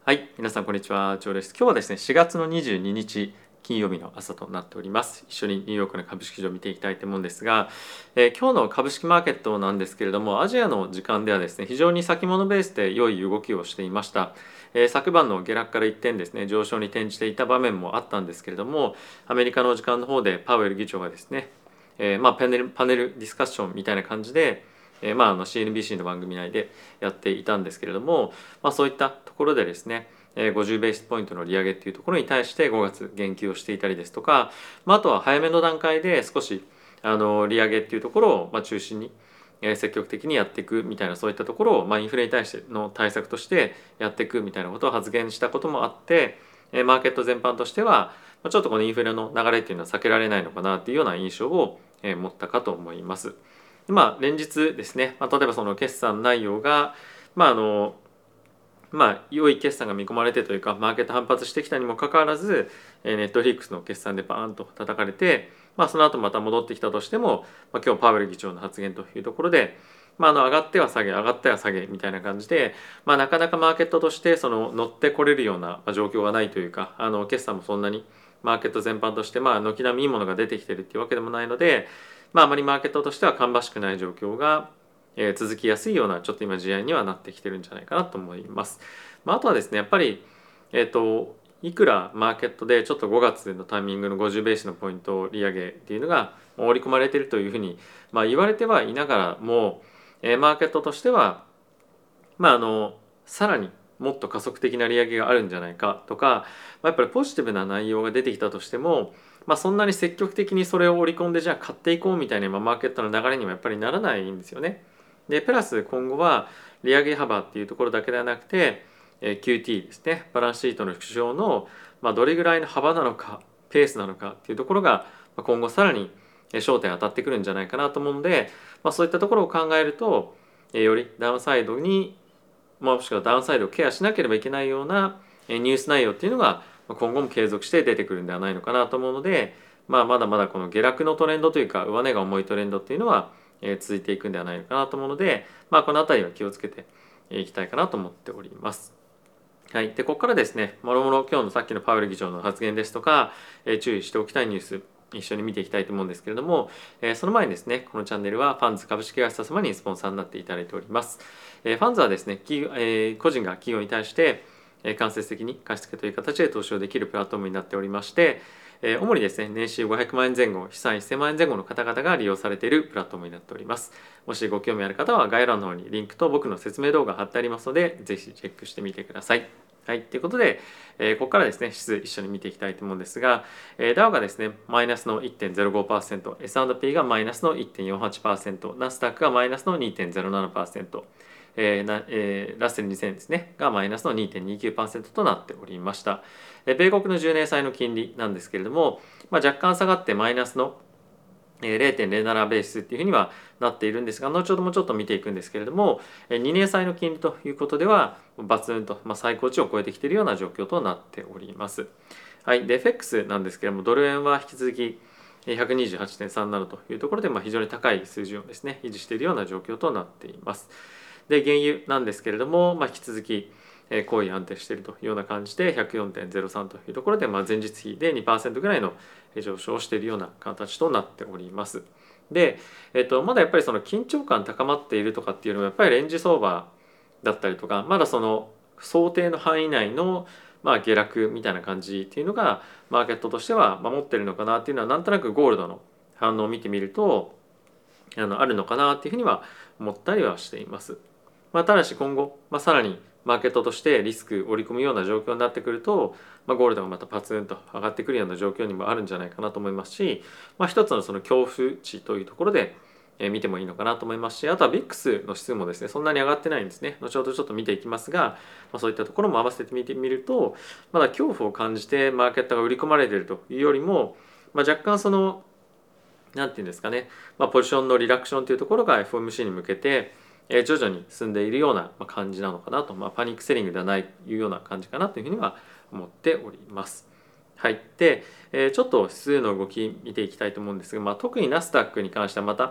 はい、皆さんこんにちは、ジョーです。今日はですね、4月の22日金曜日の朝となっております。一緒にニューヨークの株式市場を見ていきたいと思うんですが、今日の株式マーケットなんですけれども、アジアの時間ではですね、非常に先物ベースで良い動きをしていました。昨晩の下落から一転ですね、上昇に転じていた場面もあったんですけれども、アメリカの時間の方でパウエル議長がですね、パネルディスカッションみたいな感じで、CNBC の番組内でやっていたんですけれども、そういったところでですね、50ベースポイントの利上げっていうところに対して5月言及をしていたりですとか、あとは早めの段階で少し利上げっていうところを中心に積極的にやっていくみたいな、そういったところをインフレに対しての対策としてやっていくみたいなことを発言したこともあって、マーケット全般としてはちょっとこのインフレの流れっていうのは避けられないのかなっていうような印象を持ったかと思います。連日ですね、例えばその決算内容が良い決算が見込まれてというか、マーケット反発してきたにもかかわらず、ネットフリックスの決算でバーンと叩かれて、その後また戻ってきたとしても、今日パウエル議長の発言というところで、上がっては下げ、上がっては下げみたいな感じで、なかなかマーケットとしてその乗ってこれるような状況がないというか、決算もそんなにマーケット全般として軒並みいいものが出てきてるっていうわけでもないので、あまりマーケットとしては芳しくない状況が続きやすいようなちょっと今試合にはなってきてるんじゃないかなと思います。あとはですね、やっぱりいくらマーケットでちょっと5月のタイミングの50ベースのポイント利上げっていうのが織り込まれているというふうに言われてはいながらも、マーケットとしてはさらにもっと加速的な利上げがあるんじゃないかとか、やっぱりポジティブな内容が出てきたとしても、そんなに積極的にそれを織り込んでじゃあ買っていこうみたいなマーケットの流れにはやっぱりならないんですよね。でプラス今後は利上げ幅っていうところだけではなくて QT ですね、バランスシートの縮小のどれぐらいの幅なのかペースなのかっていうところが今後さらに焦点当たってくるんじゃないかなと思うので、そういったところを考えるとよりダウンサイドにもしくはダウンサイドをケアしなければいけないようなニュース内容っていうのが今後も継続して出てくるんではないのかなと思うので、まだまだこの下落のトレンドというか上値が重いトレンドっていうのは続いていくんではないのかなと思うので、この辺りは気をつけていきたいかなと思っております。はい、でここからですね、もろもろ今日のさっきのパウエル議長の発言ですとか、注意しておきたいニュース一緒に見ていきたいと思うんですけれども、その前にですね、このチャンネルはファンズ株式会社様にスポンサーになっていただいております。ファンズはですね、個人が企業に対して間接的に貸付という形で投資をできるプラットフォームになっておりまして、主にですね、年収500万円前後、資産1000万円前後の方々が利用されているプラットフォームになっております。もしご興味ある方は概要欄の方にリンクと僕の説明動画貼ってありますので、ぜひチェックしてみてください。はい、ということで、ここからですね、指数一緒に見ていきたいと思うんですが、ダウがですね、マイナスの 1.05%、S&P がマイナスの 1.48%、ナスダックがマイナスの 2.07%、ラッセル2000ですね、がマイナスの 2.29% となっておりました。米国の10年債の金利なんですけれども、若干下がってマイナスの0.07ベースっていうふうにはなっているんですが、後ほどもちょっと見ていくんですけれども、2年債の金利ということではバツンと最高値を超えてきているような状況となっております。はい、で FX なんですけれども、ドル円は引き続き128.37というところで非常に高い数字をですね維持しているような状況となっています。で原油なんですけれども、引き続き高位安定しているというような感じで104.03というところで、前日比で 2% ぐらいの上昇をしているような形となっております。で、まだやっぱりその緊張感高まっているとかっていうのはやっぱりレンジ相場だったりとか、まだその想定の範囲内の下落みたいな感じっていうのがマーケットとしては持ってるのかなっていうのは、なんとなくゴールドの反応を見てみるとあるのかなっていうふうには思ったりはしています。ただし今後、さらにマーケットとしてリスクを織り込むような状況になってくると、ゴールドがまたパツンと上がってくるような状況にもあるんじゃないかなと思いますし、一つのその恐怖値というところで見てもいいのかなと思いますし、あとは VIX の指数もですね、そんなに上がってないんですね。後ほどちょっと見ていきますが、そういったところも合わせて見てみると、まだ恐怖を感じてマーケットが売り込まれているというよりも、若干そのなんていうんですかね、ポジションのリダクションというところが FOMC に向けて徐々に進んでいるような感じなのかなと、パニックセリングではないというような感じかなというふうには思っております。はい、でちょっと指数の動き見ていきたいと思うんですが、特にナスダックに関してはまた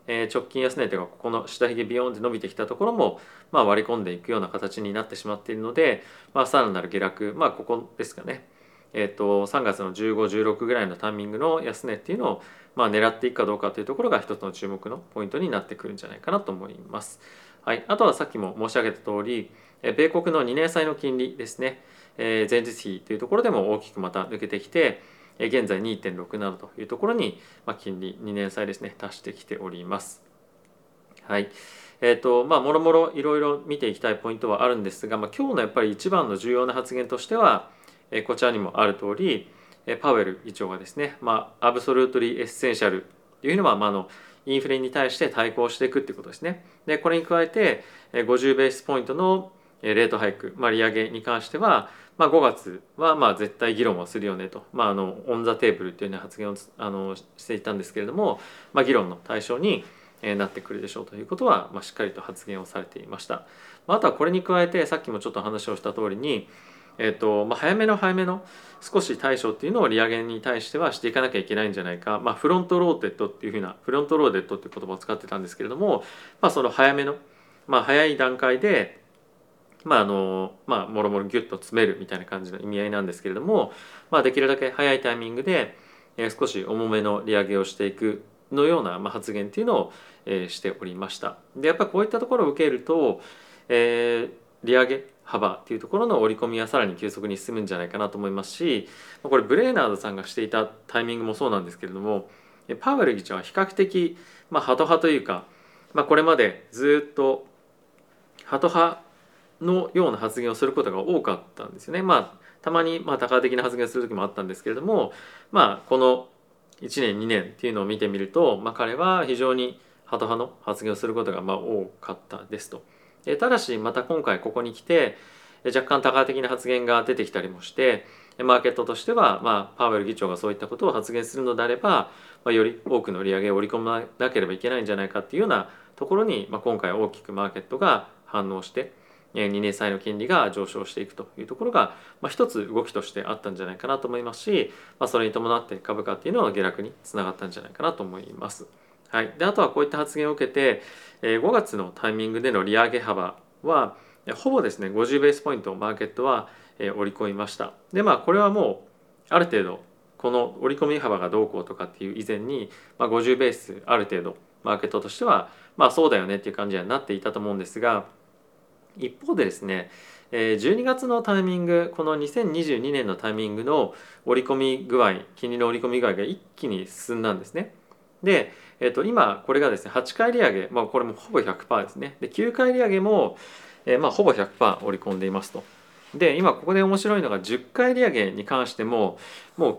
直近安値というかここの下髭ビヨーンって伸びてきたところも、割り込んでいくような形になってしまっているので、さらなる下落、ここですかね、3月の15、16ぐらいのタイミングの安値っていうのを、狙っていくかどうかというところが一つの注目のポイントになってくるんじゃないかなと思います。はい、あとはさっきも申し上げた通り、米国の2年債の金利ですね、前日比というところでも大きくまた抜けてきて、現在 2.67 というところに、金利2年債ですね達してきております。はい。もろもろいろいろ見ていきたいポイントはあるんですが、今日のやっぱり一番の重要な発言としては、こちらにもある通り、パウエル議長がですね、アブソルートリーエッセンシャルというのは、インフレに対して対抗していくっていうことですね。で、これに加えて、50ベースポイントのレートハイク、利上げに関しては、5月は絶対議論をするよねと、オン・ザ・テーブルというような発言をしていたんですけれども、議論の対象になってくるでしょうということは、しっかりと発言をされていました。あとはこれに加えてさっきもちょっと話をした通りに、早めの少し対処っていうのを利上げに対してはしていかなきゃいけないんじゃないか、フロントローテッドっていうふうなフロントローデッドっていう言葉を使ってたんですけれども、その早めの、早い段階でもろもろギュッと詰めるみたいな感じの意味合いなんですけれども、できるだけ早いタイミングで少し重めの利上げをしていくのような発言っていうのをしておりました。でやっぱりこういったところを受けると、利上げ幅っていうところの織り込みはさらに急速に進むんじゃないかなと思いますし、これブレーナードさんがしていたタイミングもそうなんですけれども、パウエル議長は比較的ハト派というか、これまでずっとハト派のような発言をすることが多かったんですよね。たまに多角的な発言をする時もあったんですけれども、この1年2年っていうのを見てみると、彼は非常にハト派の発言をすることが多かったですと。ただしまた今回ここに来て若干多角的な発言が出てきたりもして、マーケットとしては、パウエル議長がそういったことを発言するのであれば、より多くの利上げを織り込まなければいけないんじゃないかっていうようなところに、今回大きくマーケットが反応して2年債の金利が上昇していくというところが、一つ動きとしてあったんじゃないかなと思いますし、それに伴って株価っていうのは下落につながったんじゃないかなと思います。はい、であとはこういった発言を受けて5月のタイミングでの利上げ幅はほぼですね50ベースポイントマーケットは織り込みました。でこれはもうある程度この織り込み幅がどうこうとかっていう以前に、50ベースある程度マーケットとしてはそうだよねっていう感じにはなっていたと思うんですが、一方でですね12月のタイミング、この2022年のタイミングの織り込み具合、金利の織り込み具合が一気に進んだんですね。で、今これがですね8回利上げ、これもほぼ 100% ですね。で9回利上げも、ほぼ 100% 織り込んでいますと。で今ここで面白いのが10回利上げに関してももう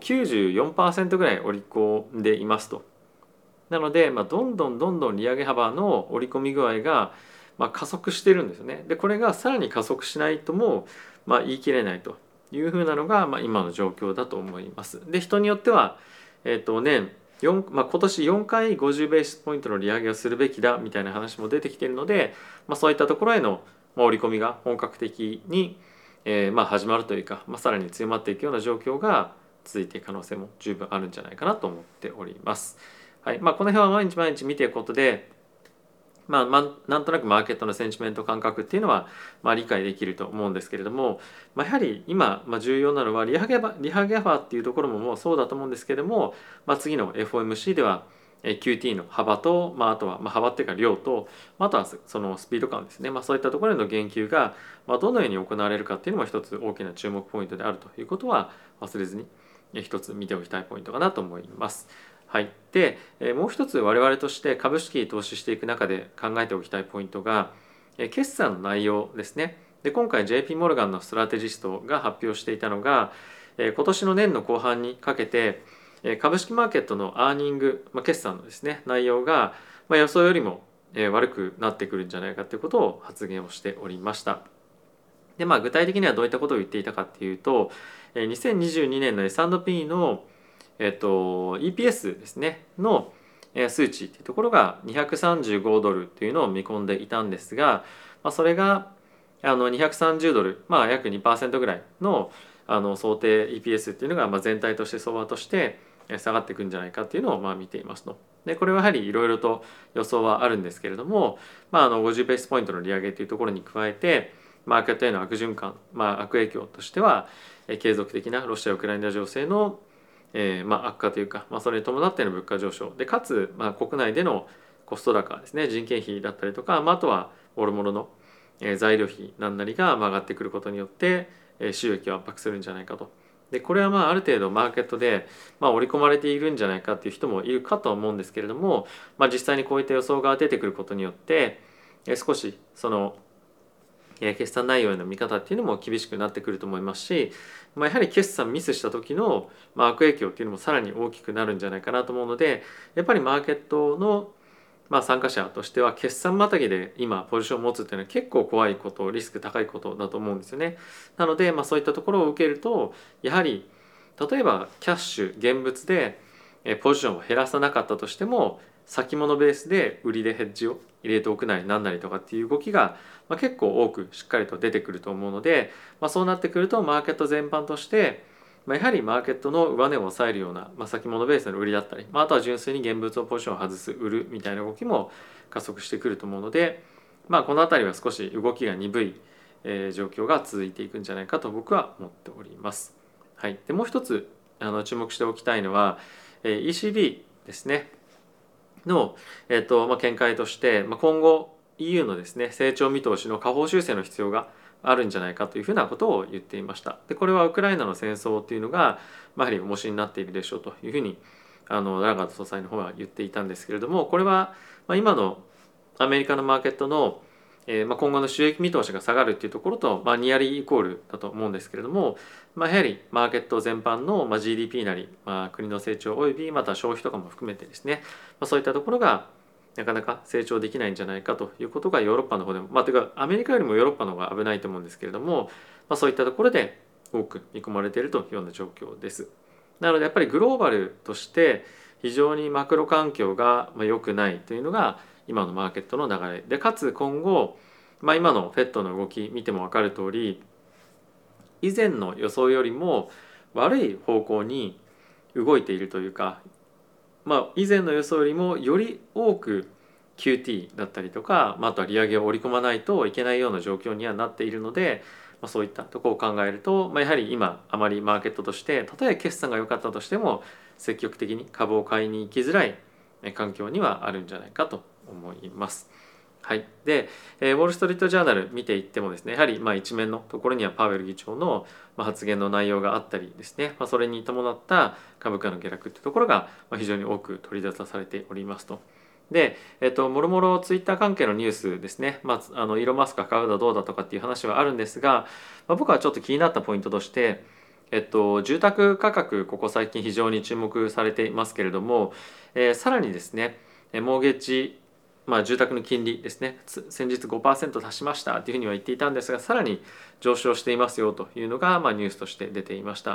94% ぐらい織り込んでいますと。なので、どんどん利上げ幅の織り込み具合が、加速してるんですよね。でこれがさらに加速しないとも、言い切れないというふうなのが、今の状況だと思います。で人によっては、年4、今年4回50ベースポイントの利上げをするべきだみたいな話も出てきているので、そういったところへの織り込みが本格的に、始まるというか、さらに強まっていくような状況が続いていく可能性も十分あるんじゃないかなと思っております。はい、この辺は毎日見ていくことで、なんとなくマーケットのセンチメント感覚っていうのは、理解できると思うんですけれども、やはり今、重要なのは利上げ幅っていうところももうそうだと思うんですけれども、次の FOMC では QT の幅と、あとは幅っていうか量と、あとはそのスピード感ですね、そういったところへの言及が、どのように行われるかっていうのも一つ大きな注目ポイントであるということは忘れずに一つ見ておきたいポイントかなと思います。はい、でもう一つ我々として株式に投資していく中で考えておきたいポイントが決算の内容ですね。で今回 JP モルガンのストラテジストが発表していたのが今年の年の後半にかけて株式マーケットのアーニング、決算のですね内容が予想よりも悪くなってくるんじゃないかということを発言をしておりました。で具体的にはどういったことを言っていたかっていうと2022年の S&P のEPS ですねの数値というところが235ドルというのを見込んでいたんですが、それが230ドル、約 2% ぐらいの想定 EPS っていうのが全体として相場として下がっていくんじゃないかっていうのを見ていますと。でこれはやはりいろいろと予想はあるんですけれども、50ベースポイントの利上げというところに加えてマーケットへの悪循環、悪影響としては継続的なロシア・ウクライナ情勢の悪化というか、それに伴っての物価上昇でかつ、国内でのコスト高ですね、人件費だったりとか、あとはもろもろの材料費なんなりが上がってくることによって収益を圧迫するんじゃないかと。でこれはある程度マーケットで織り込まれているんじゃないかっていう人もいるかとは思うんですけれども、実際にこういった予想が出てくることによって少しその決算内容への見方っていうのも厳しくなってくると思いますし、やはり決算ミスした時の悪影響っていうのもさらに大きくなるんじゃないかなと思うので、やっぱりマーケットの参加者としては決算またぎで今ポジションを持つっていうのは結構怖いこと、リスク高いことだと思うんですよね。なのでそういったところを受けるとやはり例えばキャッシュ現物でポジションを減らさなかったとしても先物ベースで売りでヘッジを入れておくなりなんなりとかっていう動きが結構多くしっかりと出てくると思うので、そうなってくるとマーケット全般としてやはりマーケットの上値を抑えるような、先物ベースの売りだったり、あとは純粋に現物をポジションを外す売るみたいな動きも加速してくると思うので、この辺りは少し動きが鈍い、状況が続いていくんじゃないかと僕は思っております。はい、でもう一つ注目しておきたいのは ECB ですねの、見解として、今後 EU のですね成長見通しの下方修正の必要があるんじゃないかというふうなことを言っていました。でこれはウクライナの戦争っていうのが、やはり重しになっているでしょうというふうにラガード総裁の方は言っていたんですけれども、これは、今のアメリカのマーケットの今後の収益見通しが下がるっていうところと、ニアリーイコールだと思うんですけれども、やはりマーケット全般の GDP なり、国の成長およびまた消費とかも含めてですね、そういったところがなかなか成長できないんじゃないかということがヨーロッパの方でも、というかアメリカよりもヨーロッパの方が危ないと思うんですけれども、そういったところで多く見込まれているというような状況です。なのでやっぱりグローバルとして非常にマクロ環境が良くないというのが今のマーケットの流れで、かつ今後、今の FED の動き見ても分かる通り以前の予想よりも悪い方向に動いているというか、以前の予想よりもより多く QT だったりとか、あとは利上げを織り込まないといけないような状況にはなっているので、そういったところを考えると、やはり今あまりマーケットとしてたとえ決算が良かったとしても積極的に株を買いに行きづらい環境にはあるんじゃないかと思います。はい、で、ウォール・ストリート・ジャーナル見ていってもですね、やはり一面のところにはパウエル議長の発言の内容があったりですね、それに伴った株価の下落というところが非常に多く取り沙汰されておりますと。で、もろもろツイッター関係のニュースですね、イーロン・マスクが買うだどうだとかっていう話はあるんですが、僕はちょっと気になったポイントとして、住宅価格ここ最近非常に注目されていますけれども、さらにですねモーゲッジ住宅の金利ですね、先日 5% 達しましたというふうには言っていたんですが、さらに上昇していますよというのがニュースとして出ていました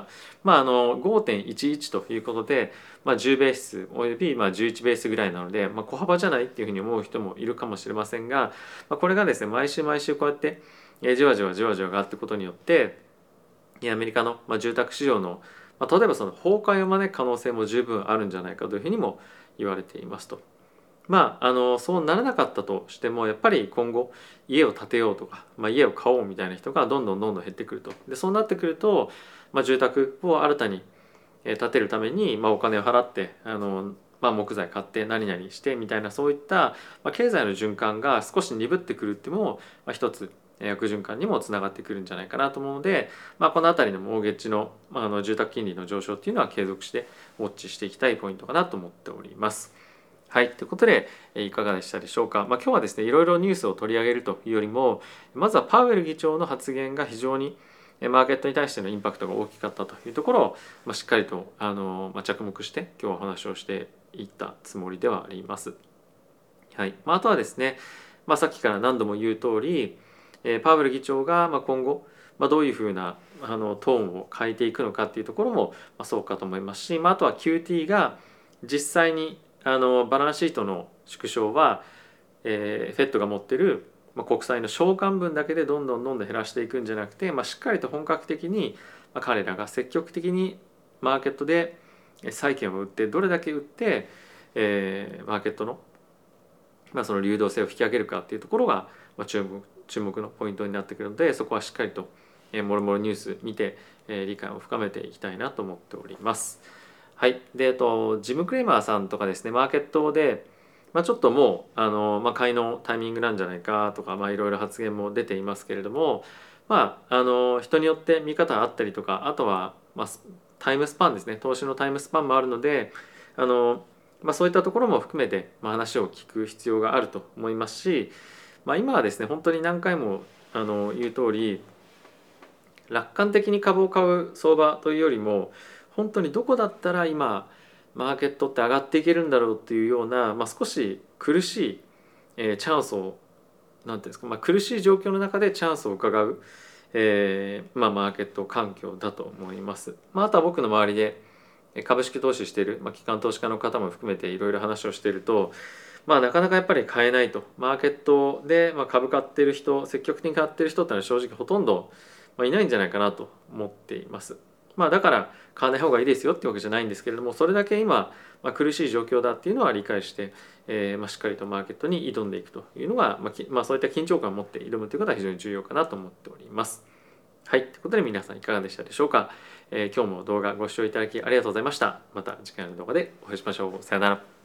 。5.11 ということで、10ベースおよび11ベースぐらいなので、小幅じゃないっていうふうに思う人もいるかもしれませんが、これがですね毎週毎週こうやってじわじわじわじわ上がっていくことによってアメリカの住宅市場の例えばその崩壊を招く可能性も十分あるんじゃないかというふうにも言われていますと。そうならなかったとしてもやっぱり今後家を建てようとか、家を買おうみたいな人がどんどんどんどん減ってくると。でそうなってくると、住宅を新たに建てるために、お金を払って木材買って何々してみたいな、そういった、経済の循環が少し鈍ってくるっていうのも、一つ悪循環にもつながってくるんじゃないかなと思うので、この辺りのモーゲッジの、住宅金利の上昇っていうのは継続してウォッチしていきたいポイントかなと思っております。はい、ということでいかがでしたでしょうか。今日はですねいろいろニュースを取り上げるというよりも、まずはパウエル議長の発言が非常にマーケットに対してのインパクトが大きかったというところを、しっかりと着目して今日はお話をしていったつもりではあります。はい、あとはですね、さっきから何度も言う通りパウエル議長が今後どういうふうなトーンを変えていくのかっていうところもそうかと思いますし、あとは QT が実際にバランスシートの縮小は、FED が持ってる国債の償還分だけでどんどんどんどん減らしていくんじゃなくて、しっかりと本格的に彼らが積極的にマーケットで債券を売ってどれだけ売って、マーケットの、その流動性を引き上げるかっていうところが、注目のポイントになってくるので、そこはしっかりともろもろニュース見て理解を深めていきたいなと思っております。はい、でジム・クレイマーさんとかですね、マーケットで、ちょっともう買いのタイミングなんじゃないかとか、いろいろ発言も出ていますけれども、人によって見方あったりとか、あとは、タイムスパンですね、投資のタイムスパンもあるので、そういったところも含めて、話を聞く必要があると思いますし、今はですね本当に何回も言う通り、楽観的に株を買う相場というよりも、本当にどこだったら今マーケットって上がっていけるんだろうっていうような、少し苦しい、チャンスをなんていうんですか、苦しい状況の中でチャンスを伺う、マーケット環境だと思います。あとは僕の周りで株式投資している、機関投資家の方も含めていろいろ話をしていると、なかなかやっぱり買えないと。マーケットで株買ってる人、積極的に買ってる人ってのは正直ほとんどいないんじゃないかなと思っています。だから買わない方がいいですよっていうわけじゃないんですけれども、それだけ今、苦しい状況だっていうのは理解して、しっかりとマーケットに挑んでいくというのが、そういった緊張感を持って挑むということは非常に重要かなと思っております。はい、ということで皆さんいかがでしたでしょうか。今日も動画ご視聴いただきありがとうございました。また次回の動画でお会いしましょう。さよなら。